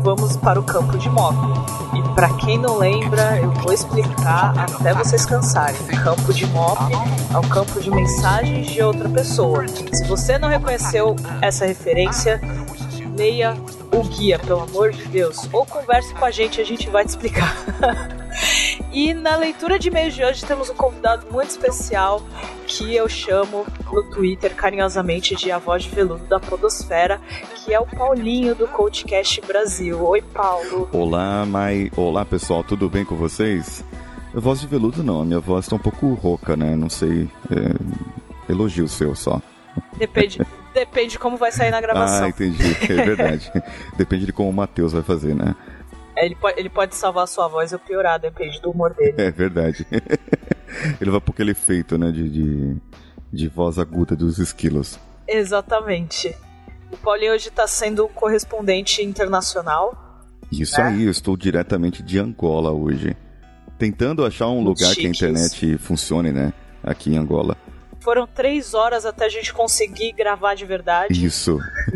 vamos para o campo de moto. E para quem não lembra, eu vou explicar até vocês cansarem. O campo de moto é o campo de mensagens de outra pessoa. Se você não reconheceu essa referência, leia o guia, pelo amor de Deus. Ou converse com a gente vai te explicar. E na leitura de e-mails de hoje temos um convidado muito especial que eu chamo no Twitter carinhosamente de A Voz de Veludo da Podosfera, que é o Paulinho do CoachCast Brasil. Oi, Paulo. Olá, Olá, pessoal, tudo bem com vocês? A voz de veludo não, a minha voz tá um pouco rouca, né? Não sei, elogio seu só. Depende de como vai sair na gravação. Ah, entendi, é verdade. Depende de como o Matheus vai fazer, né? Ele pode salvar a sua voz ou piorar, depende do humor dele. É verdade. Ele vai por aquele efeito, né, de voz aguda dos esquilos. Exatamente. O Paulinho hoje está sendo correspondente internacional. Isso, né? Aí, eu estou diretamente de Angola hoje. Tentando achar um lugar que a internet funcione, né, aqui em Angola. Foram 3 horas até a gente conseguir gravar de verdade. Isso.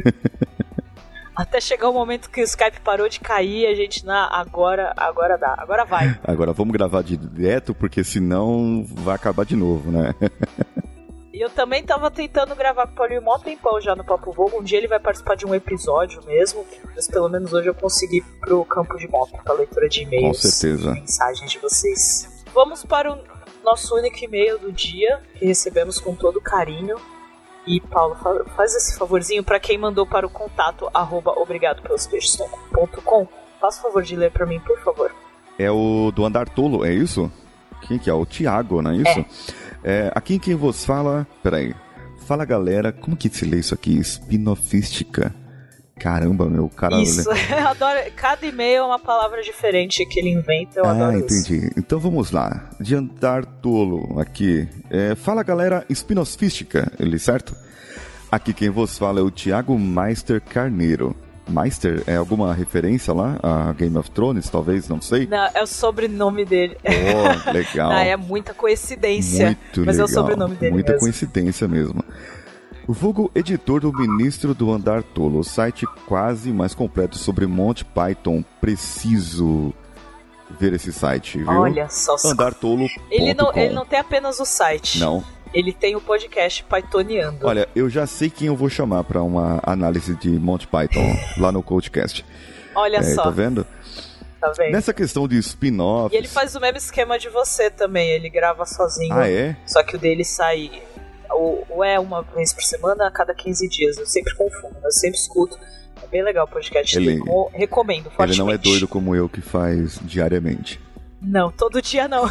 Até chegar o momento que o Skype parou de cair, a gente, agora dá, agora vai. Agora vamos gravar direto, porque senão vai acabar de novo, né? E eu também tava tentando gravar com o Paulinho há um tempão já no Papo Vogo. Um dia ele vai participar de um episódio mesmo, mas pelo menos hoje eu consegui ir pro campo de moto, pra leitura de e-mails. Com certeza. E mensagens de vocês. Vamos para o nosso único e-mail do dia, que recebemos com todo carinho. E, Paulo, faz esse favorzinho para quem mandou para o contato @obrigadopelospeixes.com. Faça o favor de ler para mim, por favor. É o do Andar Tolo, é isso? Quem que é? O Thiago, não é isso? Aqui quem vos fala... Peraí. Fala, galera. Como que se lê isso aqui? Spinofística. Caramba, meu cara... Isso, eu adoro. Cada e-mail é uma palavra diferente que ele inventa, eu adoro entendi. Isso. Então vamos lá. De Andar Tolo, aqui. Fala, galera, Spinofística, ele certo? Aqui quem vos fala é o Thiago Meister Carneiro. Meister é alguma referência lá a Game of Thrones, talvez, não sei? Não, é o sobrenome dele. Oh, legal. Não, é muita coincidência. Muito mas legal. É o sobrenome dele Muita mesmo. Coincidência mesmo. O vulgo editor do Ministro do Andar Tolo, o site quase mais completo sobre Monty Python. Preciso ver esse site, viu? Olha só. Andartolo.com. Ele não tem apenas o site. Não. Ele tem o podcast Pythoniando. Olha, eu já sei quem eu vou chamar para uma análise de Monty Python lá no CoachCast. Olha só. Tá vendo? Tá vendo? Nessa questão de spin-offs... E ele faz o mesmo esquema de você também. Ele grava sozinho. Ah, é? Só que o dele sai... Ou é uma vez por semana, a cada 15 dias. Eu sempre confundo, eu sempre escuto. É bem legal o podcast. Recomendo fortemente. Ele não é doido como eu que faz diariamente. Não, todo dia não.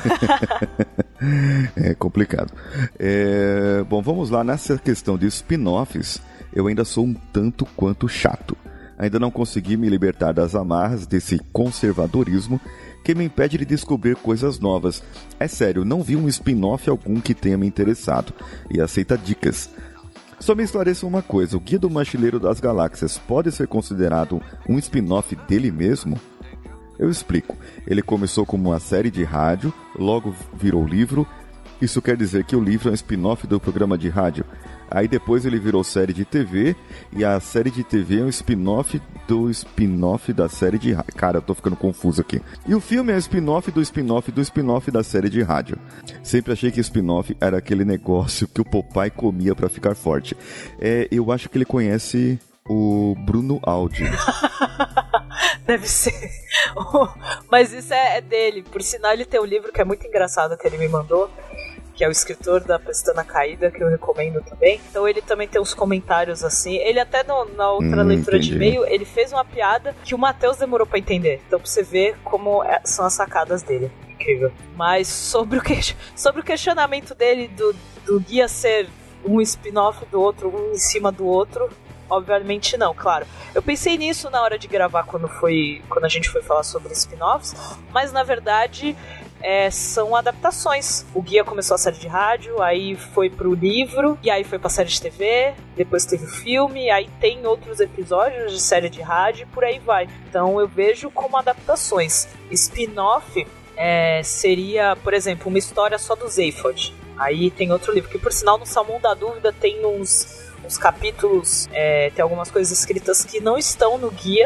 É complicado. Bom, vamos lá. Nessa questão de spin-offs, eu ainda sou um tanto quanto chato. Ainda não consegui me libertar das amarras desse conservadorismo que me impede de descobrir coisas novas. É sério, não vi um spin-off algum que tenha me interessado e aceita dicas. Só me esclareça uma coisa, o Guia do Mochileiro das Galáxias pode ser considerado um spin-off dele mesmo? Eu explico. Ele começou como uma série de rádio, logo virou livro. Isso quer dizer que o livro é um spin-off do programa de rádio. Aí depois ele virou série de TV, e a série de TV é um spin-off do spin-off da série de rádio. Cara, eu tô ficando confuso aqui. E o filme é um spin-off do spin-off do spin-off da série de rádio. Sempre achei que spin-off era aquele negócio que o Popeye comia pra ficar forte. Eu acho que ele conhece o Bruno Aldi. Deve ser. Mas isso é dele. Por sinal, ele tem um livro que é muito engraçado que ele me mandou, que é o escritor da Pestana Caída, que eu recomendo também. Então ele também tem uns comentários assim. Ele até na outra leitura de e-mail, ele fez uma piada que o Matheus demorou pra entender. Então pra você ver como são as sacadas dele. Incrível. Mas sobre o questionamento dele do guia ser um spin-off do outro, um em cima do outro, obviamente não, claro. Eu pensei nisso na hora de gravar quando a gente foi falar sobre spin-offs, mas na verdade são adaptações. O guia começou a série de rádio, aí foi pro livro, e aí foi pra série de TV, depois teve o filme, aí tem outros episódios de série de rádio e por aí vai. Então eu vejo como adaptações. Spin-off seria, por exemplo, uma história só do Zaphod. Aí tem outro livro, que por sinal no Salmão da Dúvida tem uns capítulos, tem algumas coisas escritas que não estão no guia,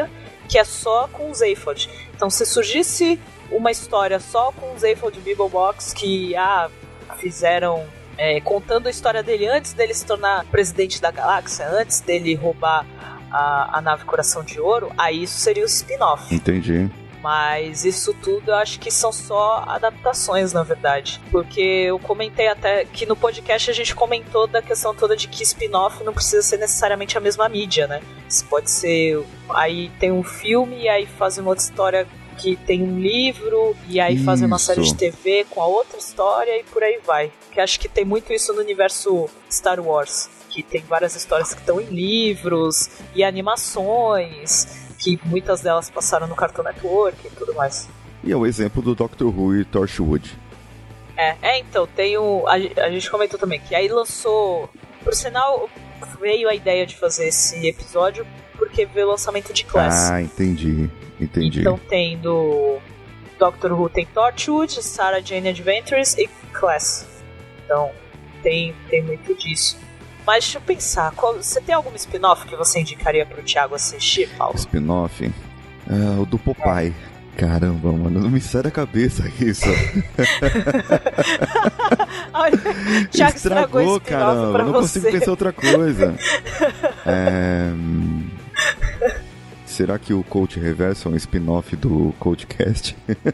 que é só com o Zaphod. Então, se surgisse uma história só com o Zaphod e Beeblebox que fizeram contando a história dele antes dele se tornar presidente da galáxia, antes dele roubar a nave Coração de Ouro, aí isso seria o spin-off. Entendi. Mas isso tudo eu acho que são só adaptações, na verdade. Porque eu comentei até que no podcast a gente comentou da questão toda de que spin-off não precisa ser necessariamente a mesma mídia, né? Isso pode ser... Aí tem um filme e aí fazem uma outra história que tem um livro e aí fazem uma série de TV com a outra história e por aí vai. Que acho que tem muito isso no universo Star Wars. Que tem várias histórias que estão em livros e animações... que muitas delas passaram no Cartoon Network e tudo mais. E é o exemplo do Doctor Who e Torchwood. Então, tem a gente comentou também que aí lançou... Por sinal, veio a ideia de fazer esse episódio porque veio o lançamento de Class. Ah, entendi. Então tem do Doctor Who, tem Torchwood, Sarah Jane Adventures e Class. Então, tem muito disso. Mas deixa eu pensar, você tem algum spin-off que você indicaria pro Thiago assistir, Paulo? Spin-off? O do Popeye. Caramba, mano, não me sai da cabeça isso. Olha, Thiago estragou caramba, pra não você. consigo pensar outra coisa. Será que o Coach Reverso é um spin-off do CoachCast?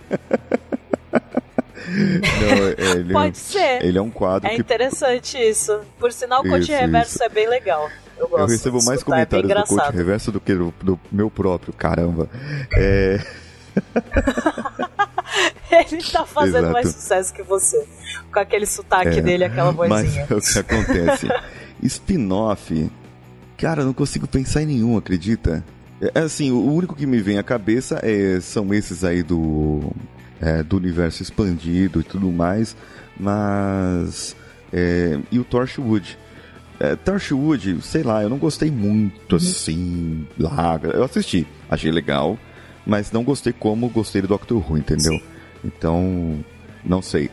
Não, Pode ser. Ele é um quadro que... interessante isso. Por sinal, o Coach Reverso é bem legal. Eu gosto. Eu recebo mais comentários do Coach Reverso do que do meu próprio, caramba. Ele tá fazendo mais sucesso que você. Com aquele sotaque dele, aquela vozinha. Mas o que acontece? Spin-off... Cara, eu não consigo pensar em nenhum, acredita? Assim, o único que me vem à cabeça são esses aí do universo expandido e tudo mais, mas... e o Torchwood. Torchwood, sei lá, eu não gostei muito, assim, eu assisti, achei legal, mas não gostei como gostei do Doctor Who, entendeu? Sim. Então, não sei.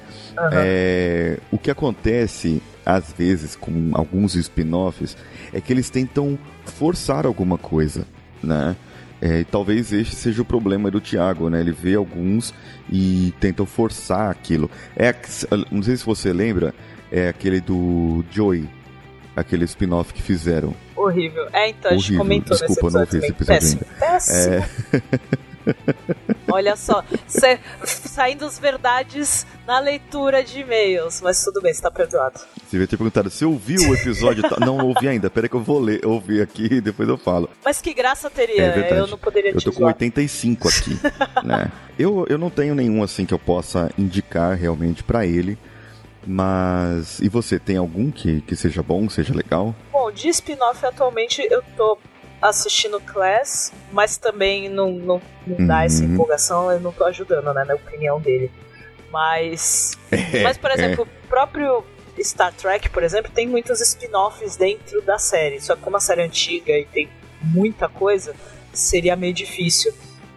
O que acontece, às vezes, com alguns spin-offs, é que eles tentam forçar alguma coisa, né? E talvez este seja o problema do Thiago, né? Ele vê alguns e tentam forçar aquilo. Não sei se você lembra, é aquele do Joey, aquele spin-off que fizeram. Horrível. Então, a gente comentou nesse episódio. Desculpa, não vi esse episódio ainda. Péssimo. Olha só, você saindo as verdades na leitura de e-mails, mas tudo bem, você tá perdoado. Você devia ter perguntado se eu ouvi o episódio. Não ouvi ainda, peraí que eu vou ouvir aqui e depois eu falo. Mas que graça teria, eu não poderia te Eu tô com 85 aqui, né? Eu não tenho nenhum assim que eu possa indicar realmente pra ele. Mas... E você, tem algum que seja bom, seja legal? Bom, de spin-off atualmente eu tô assistindo Class, mas também não dá essa empolgação, eu não tô ajudando, né, na opinião dele. Mas por exemplo, o próprio Star Trek, por exemplo, tem muitos spin-offs dentro da série, só que como a série é antiga e tem muita coisa, seria meio difícil.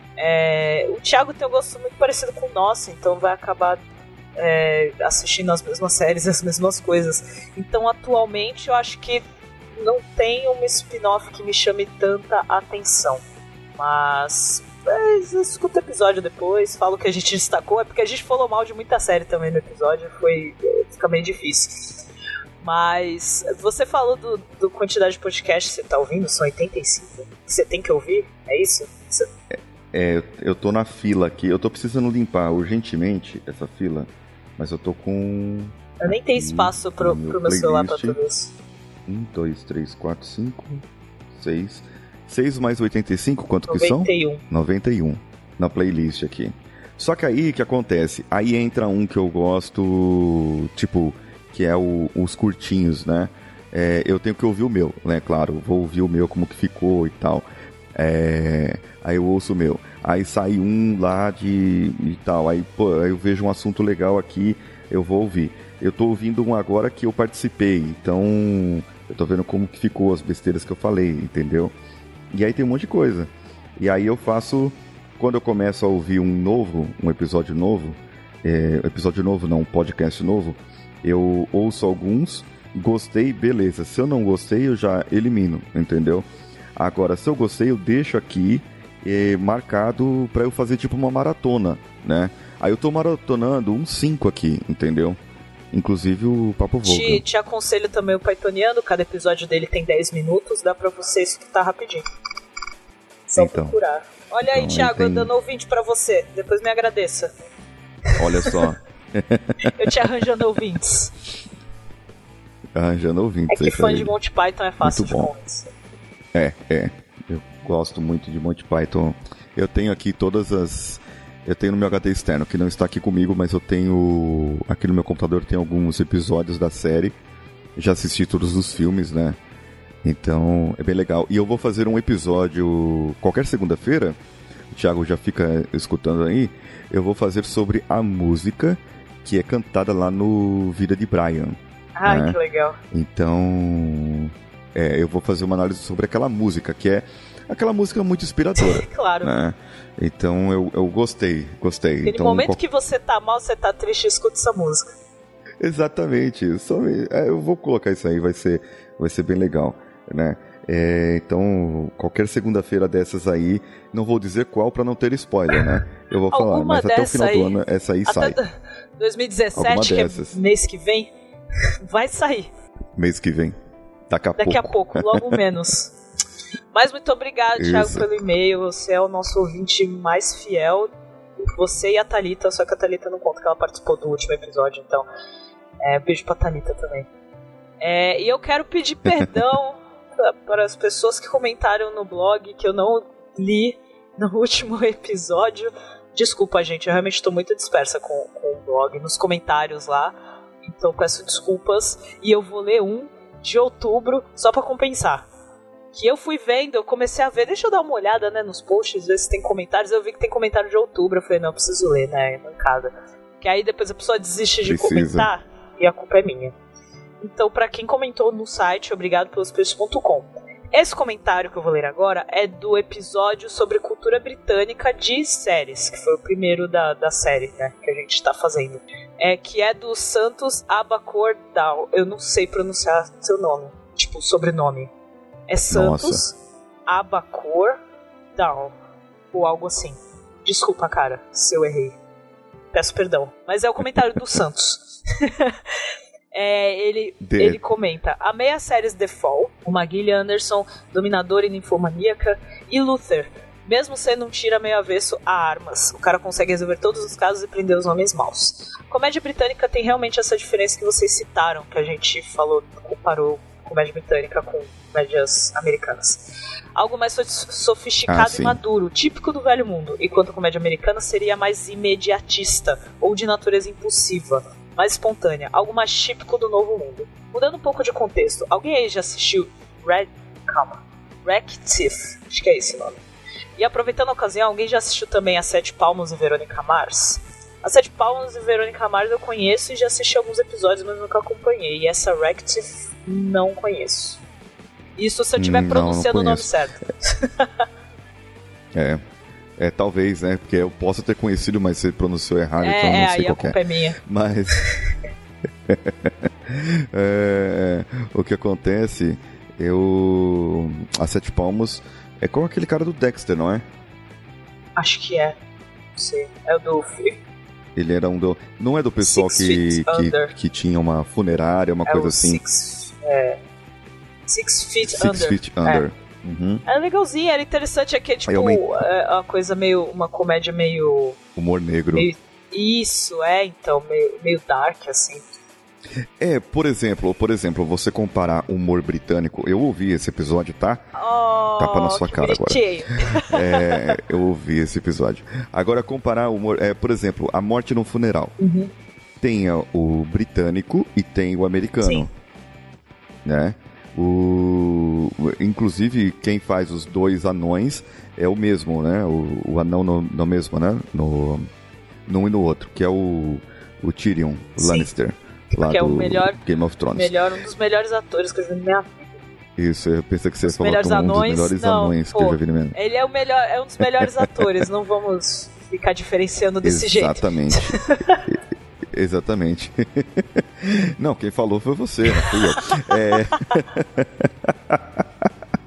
O Thiago tem um gosto muito parecido com o nosso, então vai acabar assistindo as mesmas séries, as mesmas coisas. Então, atualmente, eu acho que não tem um spin-off que me chame tanta atenção. Mas escuta o episódio depois, falo o que a gente destacou. É porque a gente falou mal de muita série também no episódio, fica meio difícil. Mas você falou do quantidade de podcast que você tá ouvindo, são 85. Você tem que ouvir, é isso? Eu tô na fila aqui, eu tô precisando limpar urgentemente essa fila, mas eu tô com... Eu nem tenho espaço pro meu celular pra tudo isso. 1, 2, 3, 4, 5, 6. 6 mais 85, quanto 91. que são? 91. Na playlist aqui. Só que aí, o que acontece? Aí entra um que eu gosto, tipo, que é os curtinhos, né? Eu tenho que ouvir o meu, né? Claro, vou ouvir o meu, como que ficou e tal. Aí eu ouço o meu. Aí sai um lá e tal. Aí eu vejo um assunto legal aqui, eu vou ouvir. Eu tô ouvindo um agora que eu participei, então eu tô vendo como que ficou as besteiras que eu falei, entendeu? E aí tem um monte de coisa. E aí eu faço, quando eu começo a ouvir um episódio novo, um podcast novo, eu ouço alguns, gostei, beleza. Se eu não gostei, eu já elimino, entendeu? Agora, se eu gostei, eu deixo aqui marcado pra eu fazer tipo uma maratona, né? Aí eu tô maratonando uns 5 aqui, entendeu? Inclusive o Papo Voga. Te aconselho também o Pythoniano, cada episódio dele tem 10 minutos, dá pra você escutar rapidinho. Só então, procurar. Olha aí, Thiago, tem... eu dando ouvinte pra você, depois me agradeça. Olha só. Eu te arranjando ouvintes. Arranjando ouvintes. É que fã de Monty Python é fácil muito bom. de É. Eu gosto muito de Monty Python. Eu tenho aqui todas as... Eu tenho no meu HD externo, que não está aqui comigo, mas eu tenho... Aqui no meu computador tem alguns episódios da série. Já assisti todos os filmes, né? Então, é bem legal. E eu vou fazer um episódio... Qualquer segunda-feira, o Thiago já fica escutando aí, eu vou fazer sobre a música que é cantada lá no Vida de Brian. Ai, né? Que legal. Então, eu vou fazer uma análise sobre aquela música, que é aquela música muito inspiradora. Claro. Né? Então, eu gostei. Aquele então, momento que você tá mal, você tá triste, escuta essa música. Exatamente. Eu vou colocar isso aí, vai ser bem legal, né? Então, qualquer segunda-feira dessas aí, não vou dizer qual pra não ter spoiler, né? Eu vou falar, mas até o final do ano essa aí sai. Até 2017, que é mês que vem, vai sair. Mês que vem. Daqui a pouco, logo menos. Mas muito obrigado, Thiago, pelo e-mail. Você é o nosso ouvinte mais fiel. Você e a Thalita, só que a Thalita não conta, que ela participou do último episódio, então beijo pra Thalita também. E eu quero pedir perdão para as pessoas que comentaram no blog que eu não li no último episódio. Desculpa, gente, eu realmente estou muito dispersa com o blog, nos comentários lá, então peço desculpas. E eu vou ler um de outubro só para compensar. Que eu fui vendo, eu comecei a ver, deixa eu dar uma olhada, né, nos posts, ver se tem comentários. Eu vi que tem comentário de outubro, eu falei, não, eu preciso ler, né, mancada. Que aí depois a pessoa desiste de comentar e a culpa é minha. Então, pra quem comentou no site, obrigado pelos peixes.com. Esse comentário que eu vou ler agora é do episódio sobre cultura britânica de séries, que foi o primeiro da série, né, que a gente tá fazendo. Que é do Santos Abacour Dal. Eu não sei pronunciar seu nome, tipo, sobrenome. É Santos Abacour Dal, ou algo assim. Desculpa, cara, se eu errei. Peço perdão. Mas é o comentário do Santos. Ele comenta: amei as séries The Fall, uma Gillian Anderson, Dominadora e Ninfomaníaca, e Luther, mesmo sendo um tira meio avesso a armas. O cara consegue resolver todos os casos e prender os homens maus. Comédia britânica tem realmente essa diferença que vocês citaram, que a gente falou, comparou comédia britânica com comédias americanas. Algo mais sofisticado e maduro, típico do velho mundo, enquanto a comédia americana seria mais imediatista ou de natureza impulsiva, mais espontânea, algo mais típico do novo mundo. Mudando um pouco de contexto, alguém aí já assistiu Wreck-It? Acho que é esse o nome. E aproveitando a ocasião, alguém já assistiu também a Sete Palmos e Verônica Mars? A Sete Palmos e Verônica Mars eu conheço e já assisti alguns episódios, mas nunca acompanhei. E essa Wreck-It não conheço. Isso se eu estiver pronunciando o nome certo. Talvez, né? Porque eu posso ter conhecido, mas você pronunciou errado, então não sei aí qual a culpa é minha. Mas o que acontece, a Sete Palmos é com aquele cara do Dexter, não é? Acho que é. Não sei. É o do... Ele era um do... Não é do pessoal que tinha uma funerária, uma coisa assim? Six Feet Under. Uhum. É legalzinho, era interessante. Aqui é tipo uma coisa meio... Uma comédia meio... Humor negro. Isso, então. Meio dark, assim. Por exemplo, você comparar humor britânico... Eu ouvi esse episódio, tá? Tapa na sua cara agora. Eu ouvi esse episódio. Agora, comparar humor... por exemplo, A Morte no Funeral. Uhum. Tem o britânico e tem o americano. Sim. Né? Inclusive, quem faz os dois anões é o mesmo, né? O anão no mesmo, né? Num e no outro, que é o Tyrion Lannister. Lá que é do o melhor Game of Thrones. Um dos melhores atores que eu vi na minha vida. Isso, eu pensei que você ia falar um dos melhores anões que eu já vi na minha vida. Ele é um dos melhores atores, não vamos ficar diferenciando desse jeito. Exatamente. Exatamente. Não, quem falou foi você, não fui eu.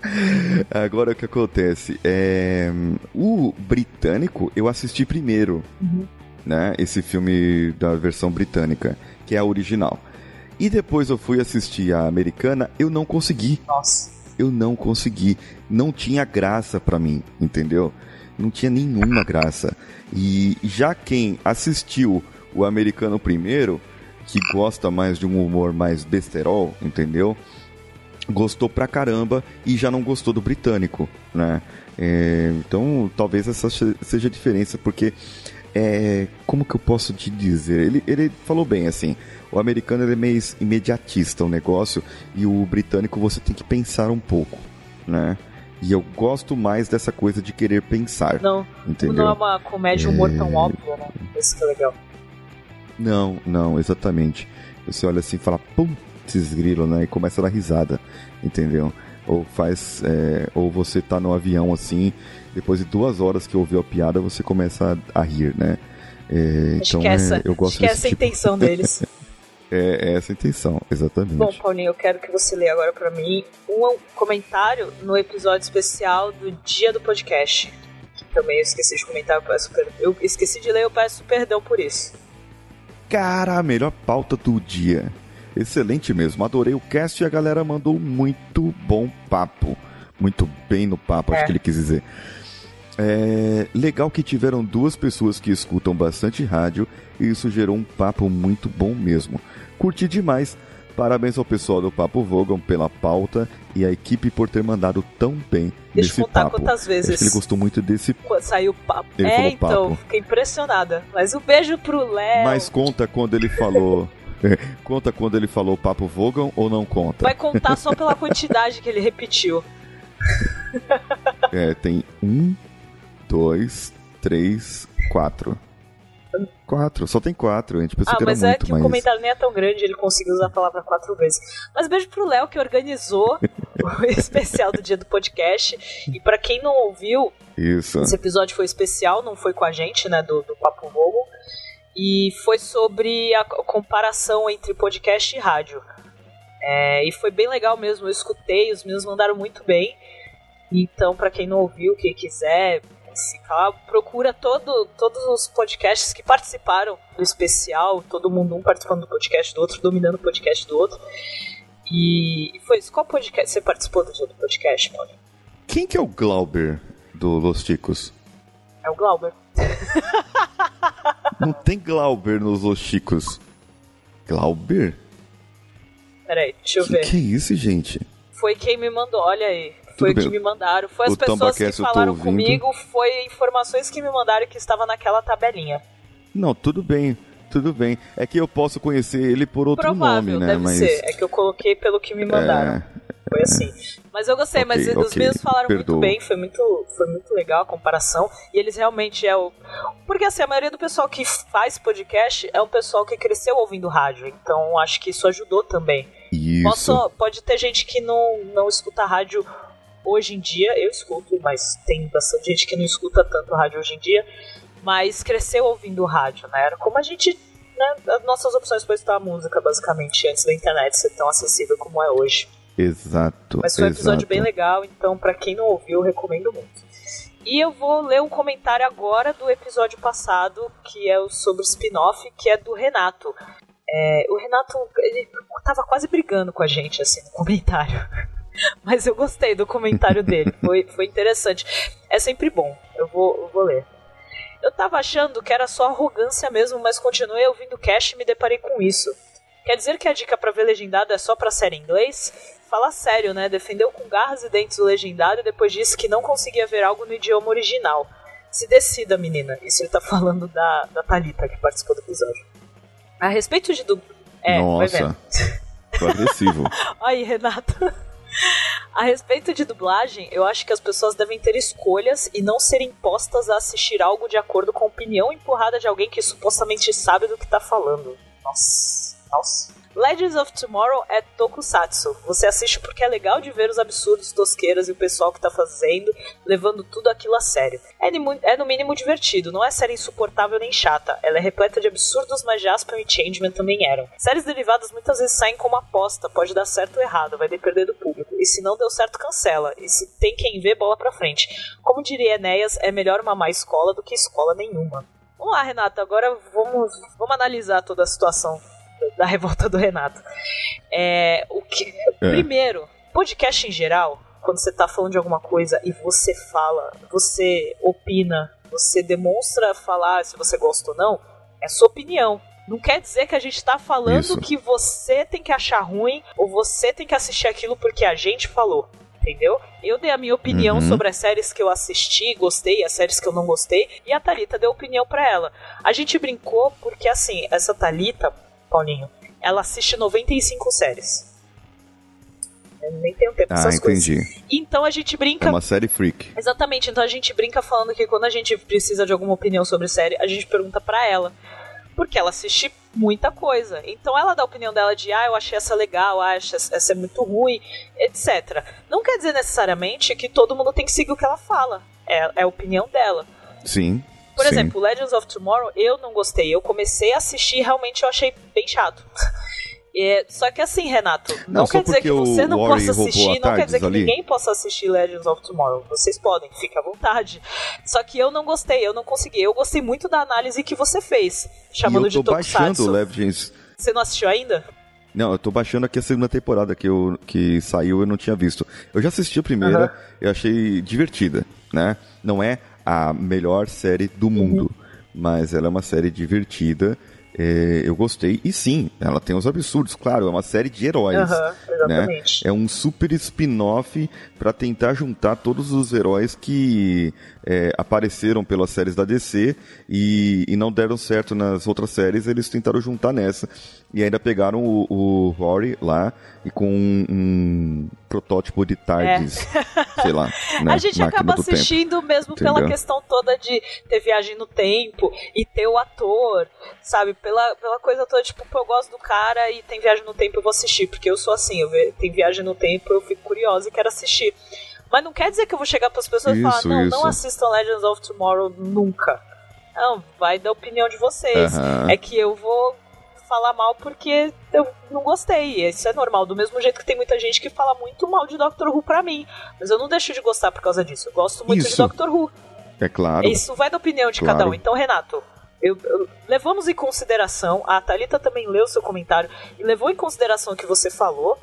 Agora o que acontece? O britânico eu assisti primeiro, né? Esse filme da versão britânica, que é a original. E depois eu fui assistir a americana, eu não consegui. Nossa. Eu não consegui. Não tinha graça pra mim, entendeu? Não tinha nenhuma graça. E já quem assistiu o americano primeiro, que gosta mais de um humor mais besterol, entendeu? Gostou pra caramba e já não gostou do britânico, né? Então, talvez essa seja a diferença, porque... como que eu posso te dizer? Ele falou bem, assim, o americano ele é meio imediatista o negócio, e o britânico você tem que pensar um pouco, né? E eu gosto mais dessa coisa de querer pensar. Não, entendeu? Não é uma comédia humor tão óbvio, né? Isso que é legal. Não, exatamente. Você olha assim e fala, putz grilo, né? E começa a dar risada, entendeu? Ou ou você tá no avião assim, depois de 2 horas que ouviu a piada, você começa a rir, né? Então eu gosto acho que essa é a intenção deles. É essa a intenção, exatamente. Bom, Paulinho, eu quero que você leia agora pra mim um comentário no episódio especial do dia do podcast. Que também eu esqueci de comentar, eu esqueci de ler, eu peço perdão por isso. Cara, a melhor pauta do dia. Excelente mesmo, adorei o cast e a galera mandou muito bom papo. Muito bem no papo, acho que ele quis dizer. Legal que tiveram 2 pessoas que escutam bastante rádio e isso gerou um papo muito bom mesmo. Curti demais. Parabéns ao pessoal do Papo Vogon pela pauta e a equipe por ter mandado tão bem Deixa nesse eu contar papo. Quantas vezes. Acho que ele gostou muito desse... Saiu o papo. Ele falou então, papo. Fiquei impressionada. Mas um beijo pro Léo. Mas conta quando ele falou... Conta quando ele falou Papo Vogon ou não conta? Vai contar só pela quantidade que ele repetiu. Tem 1, 2, 3, 4. 4, só tem 4. A gente pensou que era muito, mas é que o comentário nem é tão grande, ele conseguiu usar a palavra 4 vezes. Mas beijo pro Léo que organizou o especial do dia do podcast. E pra quem não ouviu, isso. Esse episódio foi especial, não foi com a gente, né, do Papo Vogon. E foi sobre a comparação entre podcast e rádio. E foi bem legal mesmo, eu escutei, os meninos mandaram muito bem. Então, pra quem não ouviu, quem quiser ficar lá, procura todos os podcasts que participaram do especial, todo mundo um participando do podcast do outro, dominando o podcast do outro. E foi isso. Qual podcast você participou do dia do podcast, Paulo? Quem que é o Glauber do Los Chicos? É o Glauber. Não tem Glauber nos Los Chicos. Glauber? Peraí, deixa eu ver. Que é isso, gente? Foi quem me mandou, olha aí. Foi o que me mandaram. Foi as pessoas que falaram comigo, foi informações que me mandaram que estava naquela tabelinha. Não, tudo bem. É que eu posso conhecer ele por outro nome, né? Deve ser. É que eu coloquei pelo que me mandaram. Foi assim. Mas eu gostei, mas os meninos falaram muito bem, foi muito legal a comparação. E eles realmente Porque assim, a maioria do pessoal que faz podcast é um pessoal que cresceu ouvindo rádio. Então acho que isso ajudou também. Isso. Pode ter gente que não escuta rádio hoje em dia. Eu escuto, mas tem bastante gente que não escuta tanto rádio hoje em dia. Mas cresceu ouvindo rádio, né? Era como a gente... Né, as nossas opções para escutar música, basicamente, antes da internet ser tão acessível como é hoje. Exato. Mas foi um episódio bem legal, então pra quem não ouviu, eu recomendo muito. E eu vou ler um comentário agora do episódio passado, que é sobre o spin-off, que é do Renato. O Renato, ele tava quase brigando com a gente, assim, no comentário. Mas eu gostei do comentário dele, foi interessante. É sempre bom, eu vou ler. Eu tava achando que era só arrogância mesmo, mas continuei ouvindo o cast e me deparei com isso. Quer dizer que a dica pra ver legendado é só pra série em inglês? Fala sério, né? Defendeu com garras e dentes o legendado e depois disse que não conseguia ver algo no idioma original. Se decida, menina. Isso ele tá falando da Thalita, que participou do episódio. A respeito de Nossa, foi agressivo. Aí, Renato. A respeito de dublagem, eu acho que as pessoas devem ter escolhas e não serem impostas a assistir algo de acordo com a opinião empurrada de alguém que supostamente sabe do que tá falando. Nossa. Legends of Tomorrow é tokusatsu. Você assiste porque é legal de ver os absurdos, tosqueiras e o pessoal que tá fazendo, levando tudo aquilo a sério. É no mínimo divertido, não é série insuportável nem chata. Ela é repleta de absurdos, mas Jaspion e Changeman também eram. Séries derivadas muitas vezes saem como aposta, pode dar certo ou errado, vai depender do público. E se não deu certo, cancela. E se tem quem vê, bola pra frente. Como diria Enéas, é melhor uma má escola do que escola nenhuma. Vamos lá, Renato, agora vamos analisar toda a situação da revolta do Renato. Primeiro, podcast em geral, quando você tá falando de alguma coisa e você fala, você opina, você demonstra falar se você gosta ou não, é sua opinião. Não quer dizer que a gente tá falando que você tem que achar ruim ou você tem que assistir aquilo porque a gente falou. Entendeu? Eu dei a minha opinião sobre as séries que eu assisti, gostei, as séries que eu não gostei, e a Thalita deu opinião pra ela. A gente brincou porque, assim, essa Thalita, Paulinho, ela assiste 95 séries. Eu nem tenho tempo pra essas coisas. Então a gente brinca... É uma série freak. Exatamente, então a gente brinca falando que quando a gente precisa de alguma opinião sobre série, a gente pergunta pra ela. Porque ela assiste muita coisa. Então ela dá a opinião dela de eu achei essa legal, essa é muito ruim, etc. Não quer dizer necessariamente que todo mundo tem que seguir o que ela fala. É a opinião dela. Sim. Por exemplo, Legends of Tomorrow eu não gostei. Eu comecei a assistir e realmente eu achei bem chato. Só que assim, Renato, não quer dizer que você não possa assistir, não quer dizer que ninguém possa assistir Legends of Tomorrow. Vocês podem, fica à vontade. Só que eu não gostei, eu não consegui. Eu gostei muito da análise que você fez, chamando de Tokusatsu. Eu tô baixando Legends. Você não assistiu ainda? Não, eu tô baixando aqui a segunda temporada que saiu, eu não tinha visto. Eu já assisti a primeira, eu achei divertida, né? Não é a melhor série do mundo, mas ela é uma série divertida. Eu gostei, e sim, ela tem os absurdos, claro, é uma série de heróis, exatamente. Né? É um super spin-off para tentar juntar todos os heróis que apareceram pelas séries da DC e não deram certo nas outras séries, eles tentaram juntar nessa, e ainda pegaram o Rory lá, e com um protótipo de TARDIS, sei lá, né? A gente acaba assistindo mesmo pela questão toda de ter viagem no tempo e ter o ator, sabe? Pela coisa toda, tipo, eu gosto do cara e tem viagem no tempo, eu vou assistir, porque eu sou assim, tem viagem no tempo, eu fico curiosa e quero assistir. Mas não quer dizer que eu vou chegar pras pessoas e falar, não assistam Legends of Tomorrow nunca. Não, vai da opinião de vocês. É que eu vou falar mal porque eu não gostei. Isso é normal, do mesmo jeito que tem muita gente que fala muito mal de Doctor Who pra mim. Mas eu não deixo de gostar por causa disso. Eu gosto muito de Doctor Who. É claro. Isso vai da opinião de cada um. Então, Renato, levamos em consideração, a Thalita também leu o seu comentário e levou em consideração o que você falou.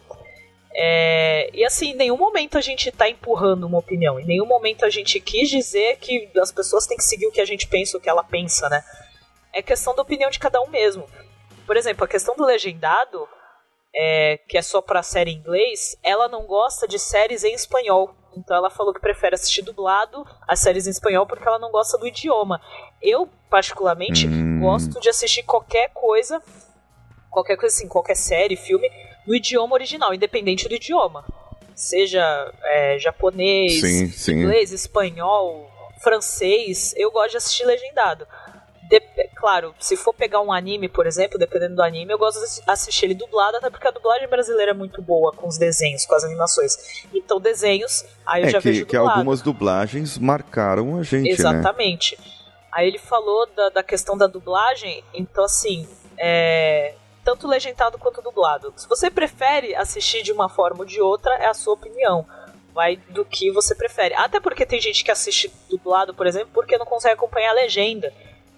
E assim, em nenhum momento a gente tá empurrando uma opinião, em nenhum momento a gente quis dizer que as pessoas têm que seguir o que a gente pensa, o que ela pensa, né? É questão da opinião de cada um mesmo. Por exemplo, a questão do legendado, que é só pra série em inglês, ela não gosta de séries em espanhol. Então ela falou que prefere assistir dublado as séries em espanhol porque ela não gosta do idioma. Eu, particularmente, gosto de assistir qualquer coisa assim, qualquer série, filme, no idioma original, independente do idioma. Seja japonês, inglês, espanhol, francês, eu gosto de assistir legendado. Claro, se for pegar um anime, por exemplo, dependendo do anime, eu gosto de assistir ele dublado, até porque a dublagem brasileira é muito boa com os desenhos, com as animações. Então, desenhos, aí eu já vejo dublado. Que algumas dublagens marcaram a gente, exatamente. Né? Aí ele falou da questão da dublagem, então assim, tanto legendado quanto dublado. Se você prefere assistir de uma forma ou de outra, é a sua opinião. Vai do que você prefere. Até porque tem gente que assiste dublado, por exemplo, porque não consegue acompanhar a legenda.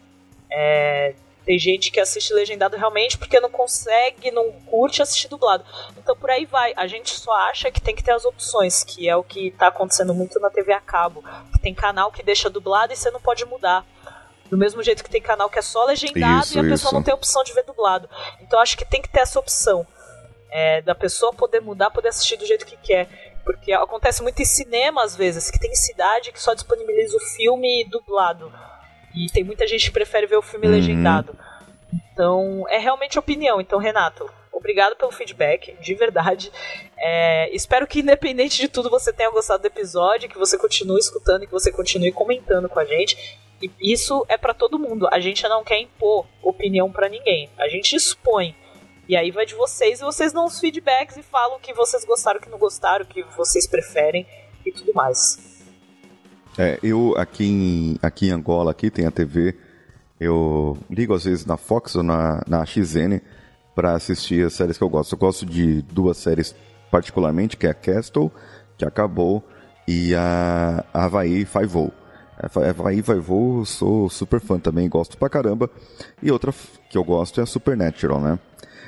Tem gente que assiste legendado realmente porque não consegue, não curte assistir dublado. Então por aí vai. A gente só acha que tem que ter as opções, que é o que tá acontecendo muito na TV a cabo. Que tem canal que deixa dublado e você não pode mudar. Do mesmo jeito que tem canal que é só legendado e a pessoa não tem opção de ver dublado. Então acho que tem que ter essa opção. Da pessoa poder mudar, poder assistir do jeito que quer. Porque acontece muito em cinema às vezes, que tem cidade que só disponibiliza o filme dublado. E tem muita gente que prefere ver o filme legendado. Então, é realmente opinião. Então, Renato, obrigado pelo feedback, de verdade. Espero que, independente de tudo, você tenha gostado do episódio, que você continue escutando e que você continue comentando com a gente. E isso é pra todo mundo. A gente não quer impor opinião pra ninguém. A gente expõe. E aí vai de vocês, e vocês dão os feedbacks e falam o que vocês gostaram, o que não gostaram, o que vocês preferem e tudo mais. Eu aqui em Angola, aqui tem a TV, eu ligo às vezes na Fox ou na XN para assistir as séries que eu gosto. Eu gosto de 2 séries particularmente, que é a Castle, que acabou, e a Hawaii Five-O. A Hawaii Five-O eu sou super fã também, gosto pra caramba. E outra que eu gosto é a Supernatural, né?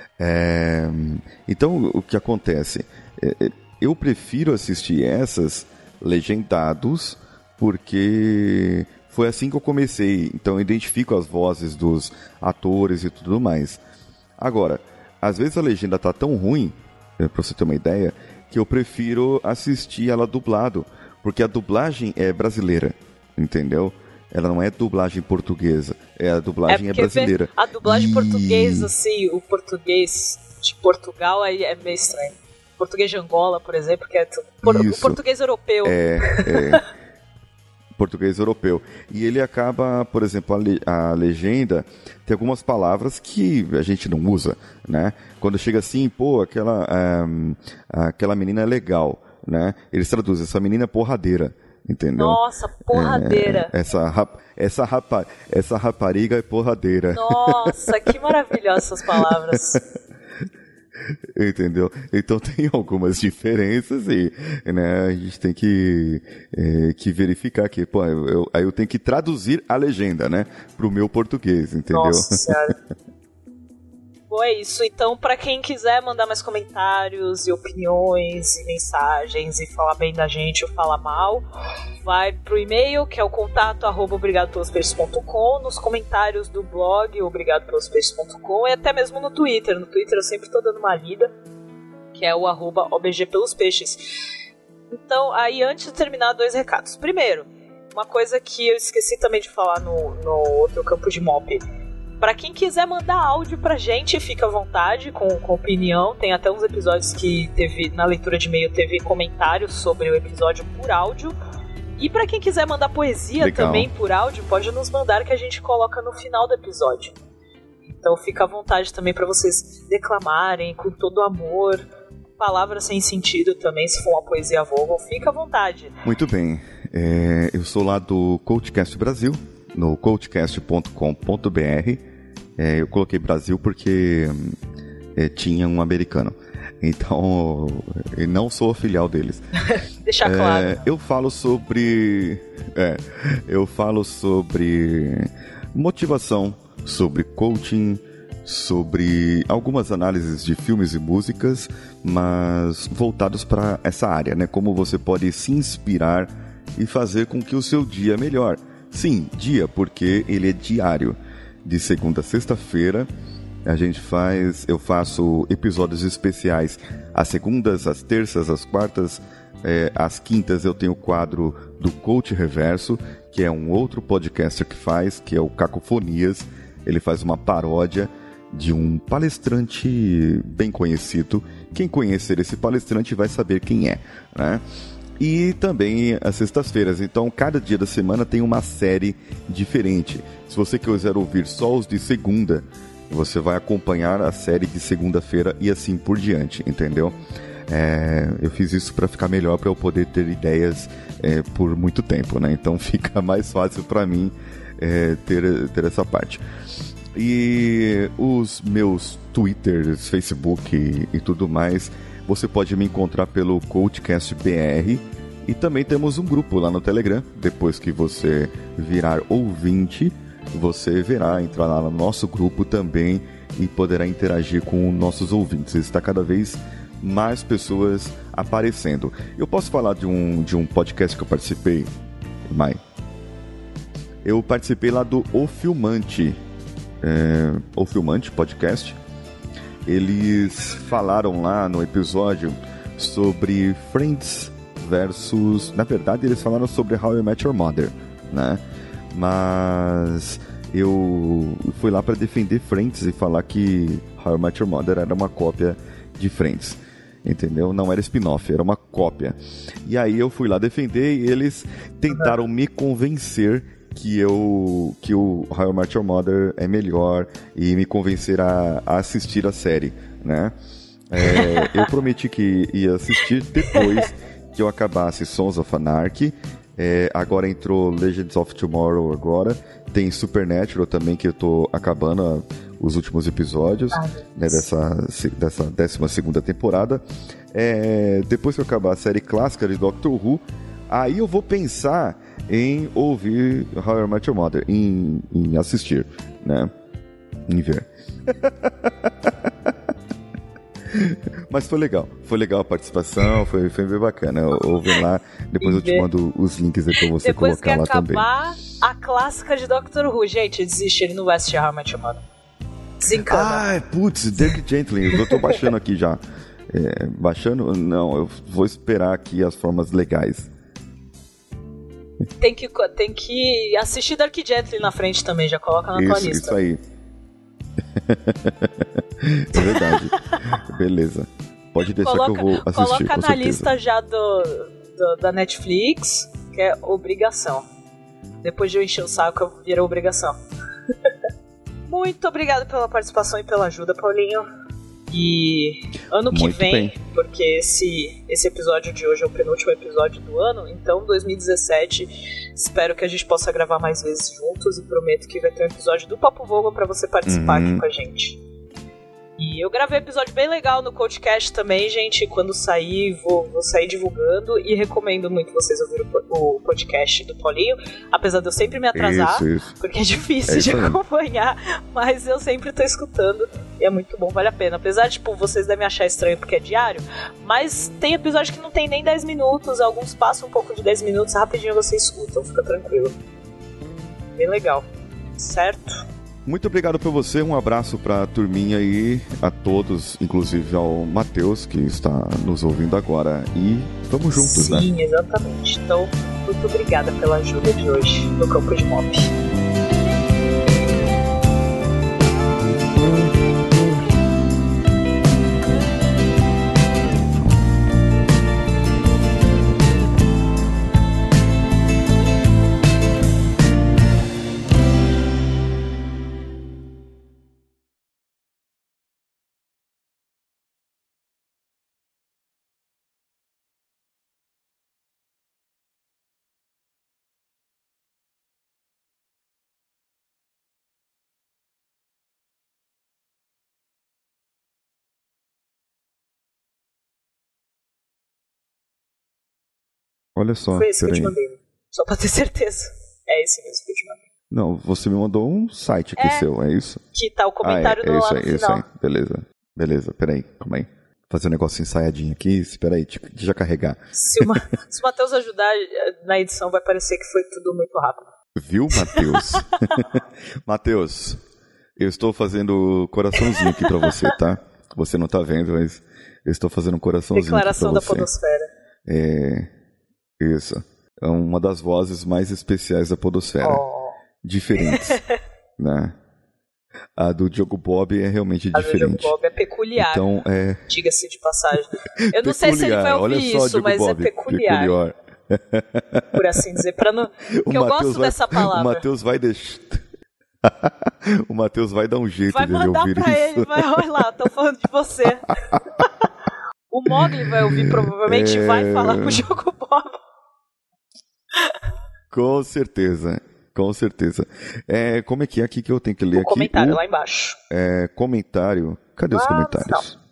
Então, o que acontece? Eu prefiro assistir essas legendados, porque foi assim que eu comecei. Então, eu identifico as vozes dos atores e tudo mais. Agora, às vezes a legenda tá tão ruim, pra você ter uma ideia, que eu prefiro assistir ela dublado, porque a dublagem é brasileira, entendeu? Ela não é dublagem portuguesa, a dublagem é brasileira. A dublagem portuguesa, assim, o português de Portugal aí é meio estranho. O português de Angola, por exemplo, que é o português europeu. Português europeu. E ele acaba, por exemplo, a legenda tem algumas palavras que a gente não usa, né? Quando chega assim, pô, aquela menina é legal, né? Eles traduzem, essa menina é porradeira. Entendeu? Nossa, porradeira. Essa rapariga é porradeira. Nossa, que maravilhosas essas palavras. Entendeu? Então tem algumas diferenças e, né, a gente tem que verificar aqui. Pô, aí eu tenho que traduzir a legenda, né, pro meu português, entendeu? Nossa Senhora. Bom, é isso. Então, pra quem quiser mandar mais comentários e opiniões e mensagens e falar bem da gente ou falar mal, vai pro e-mail, que é o contato@obrigadopelospeixes.com, nos comentários do blog obrigadopelospeixes.com e até mesmo no Twitter. No Twitter eu sempre tô dando uma lida, que é o @obgpelospeixes. Então, aí antes de terminar, 2 recados. Primeiro, uma coisa que eu esqueci também de falar no outro campo de mop. Pra quem quiser mandar áudio pra gente, fica à vontade, com opinião. Tem até uns episódios que teve, na leitura de e-mail, teve comentários sobre o episódio por áudio. E pra quem quiser mandar poesia também por áudio, pode nos mandar que a gente coloca no final do episódio. Então fica à vontade também pra vocês declamarem com todo amor, palavras sem sentido também, se for uma poesia vocal, fica à vontade. Muito bem. Eu sou lá do Coachcast Brasil, no coachcast.com.br. Eu coloquei Brasil porque tinha um americano. Então, eu não sou filial deles. Deixar claro. Eu falo sobre motivação, sobre coaching, sobre algumas análises de filmes e músicas, mas voltados para essa área, né? Como você pode se inspirar e fazer com que o seu dia melhore. Sim, dia, porque ele é diário. De segunda a sexta-feira, eu faço episódios especiais às segundas, às terças, às quartas, às quintas eu tenho o quadro do Coach Reverso, que é um outro podcaster que é o Cacofonias. Ele faz uma paródia de um palestrante bem conhecido. Quem conhecer esse palestrante vai saber quem é, né? E também às sextas-feiras. Então, cada dia da semana tem uma série diferente. Se você quiser ouvir só os de segunda, você vai acompanhar a série de segunda-feira e assim por diante, entendeu? Eu fiz isso para ficar melhor, para eu poder ter ideias por muito tempo, né? Então fica mais fácil para mim ter essa parte. E os meus Twitters, Facebook e tudo mais, você pode me encontrar pelo CoachCast BR. E também temos um grupo lá no Telegram. Depois que você virar ouvinte, você verá, entrar lá no nosso grupo também e poderá interagir com nossos ouvintes. Está cada vez mais pessoas aparecendo. Eu posso falar de um podcast que eu participei, Mai? Eu participei lá do O Filmante. O Filmante Podcast. Eles falaram lá no episódio sobre Friends versus... Na verdade, eles falaram sobre How I Met Your Mother, né? Mas eu fui lá para defender Friends e falar que How I Met Your Mother era uma cópia de Friends, entendeu? Não era spin-off, era uma cópia. E aí eu fui lá defender e eles tentaram me convencer que o How I Met Your Mother é melhor e me convencer a assistir a série, né? Eu prometi que ia assistir depois que eu acabasse Sons of Anarchy. Agora entrou Legends of Tomorrow agora. Tem Supernatural também, que eu tô acabando os últimos episódios, né, dessa 12ª temporada. Depois que eu acabar a série clássica de Doctor Who, aí eu vou pensar em ouvir How I Met Your Mother, em assistir, né? Em ver. Mas foi legal a participação, foi bem bacana. Ouve lá, depois eu te mando os links aí pra você depois colocar lá também. Depois que acabar a clássica de Doctor Who, gente, desiste, ele não vai assistir How I Met Your Mother. Desencana. Putz, Dirk Gently, eu tô baixando aqui já. Baixando? Não, eu vou esperar aqui as formas legais. Tem que assistir Dark Gently na frente também, já coloca na tua lista. Isso aí. É verdade. Beleza. Pode deixar que eu vou assistir. Coloca na lista já da Netflix, que é obrigação. Depois de eu encher o saco, vira obrigação. Muito obrigado pela participação e pela ajuda, Paulinho. E ano que vem, porque esse episódio de hoje é o penúltimo episódio do ano, então 2017 espero que a gente possa gravar mais vezes juntos e prometo que vai ter um episódio do Papo Vogo pra você participar aqui com a gente. E eu gravei um episódio bem legal no CoachCast também, gente. Quando sair, vou sair divulgando e recomendo muito vocês ouvirem o podcast do Paulinho, apesar de eu sempre me atrasar, isso. Porque é difícil de acompanhar, mas eu sempre tô escutando e é muito bom, vale a pena. Apesar de, vocês devem achar estranho porque é diário, mas tem episódio que não tem nem 10 minutos, alguns passam um pouco de 10 minutos, rapidinho você escuta, fica tranquilo. Bem legal, certo? Muito obrigado por você, um abraço pra turminha e a todos, inclusive ao Matheus, que está nos ouvindo agora. E vamos juntos, né? Sim, exatamente. Então, muito obrigada pela ajuda de hoje no Campo de Mob. Olha só. Foi esse que eu te mandei, só pra ter certeza. É esse mesmo que eu te mandei. Não, você me mandou um site aqui seu, é isso? Que tá o comentário do lado final. Isso aí, beleza, peraí, calma aí. Fazer um negócio ensaiadinho aqui, espera aí, deixa eu carregar. Se o Matheus ajudar na edição, vai parecer que foi tudo muito rápido. Viu, Matheus? Matheus, eu estou fazendo coraçãozinho aqui pra você, tá? Você não tá vendo, mas eu estou fazendo um coraçãozinho Declaração aqui pra da você. podosfera. Isso. É uma das vozes mais especiais da podosfera. Diferentes, né? A do Diogo Bob é realmente diferente. A do Diogo Bob é peculiar. Então, diga-se de passagem. Eu não sei se ele vai ouvir só, isso, Diogo mas Bob, é peculiar. Por assim dizer, para não. Porque eu gosto dessa palavra. O Matheus vai deixar. O Matheus vai dar um jeito de ouvir isso. Vai mandar pra ele, olha lá, tô falando de você. O Mogli vai ouvir, provavelmente, e vai falar com o Diogo Bob. Com certeza. Como é que é aqui que eu tenho que ler? O comentário lá embaixo. Comentário. Cadê os comentários? Não.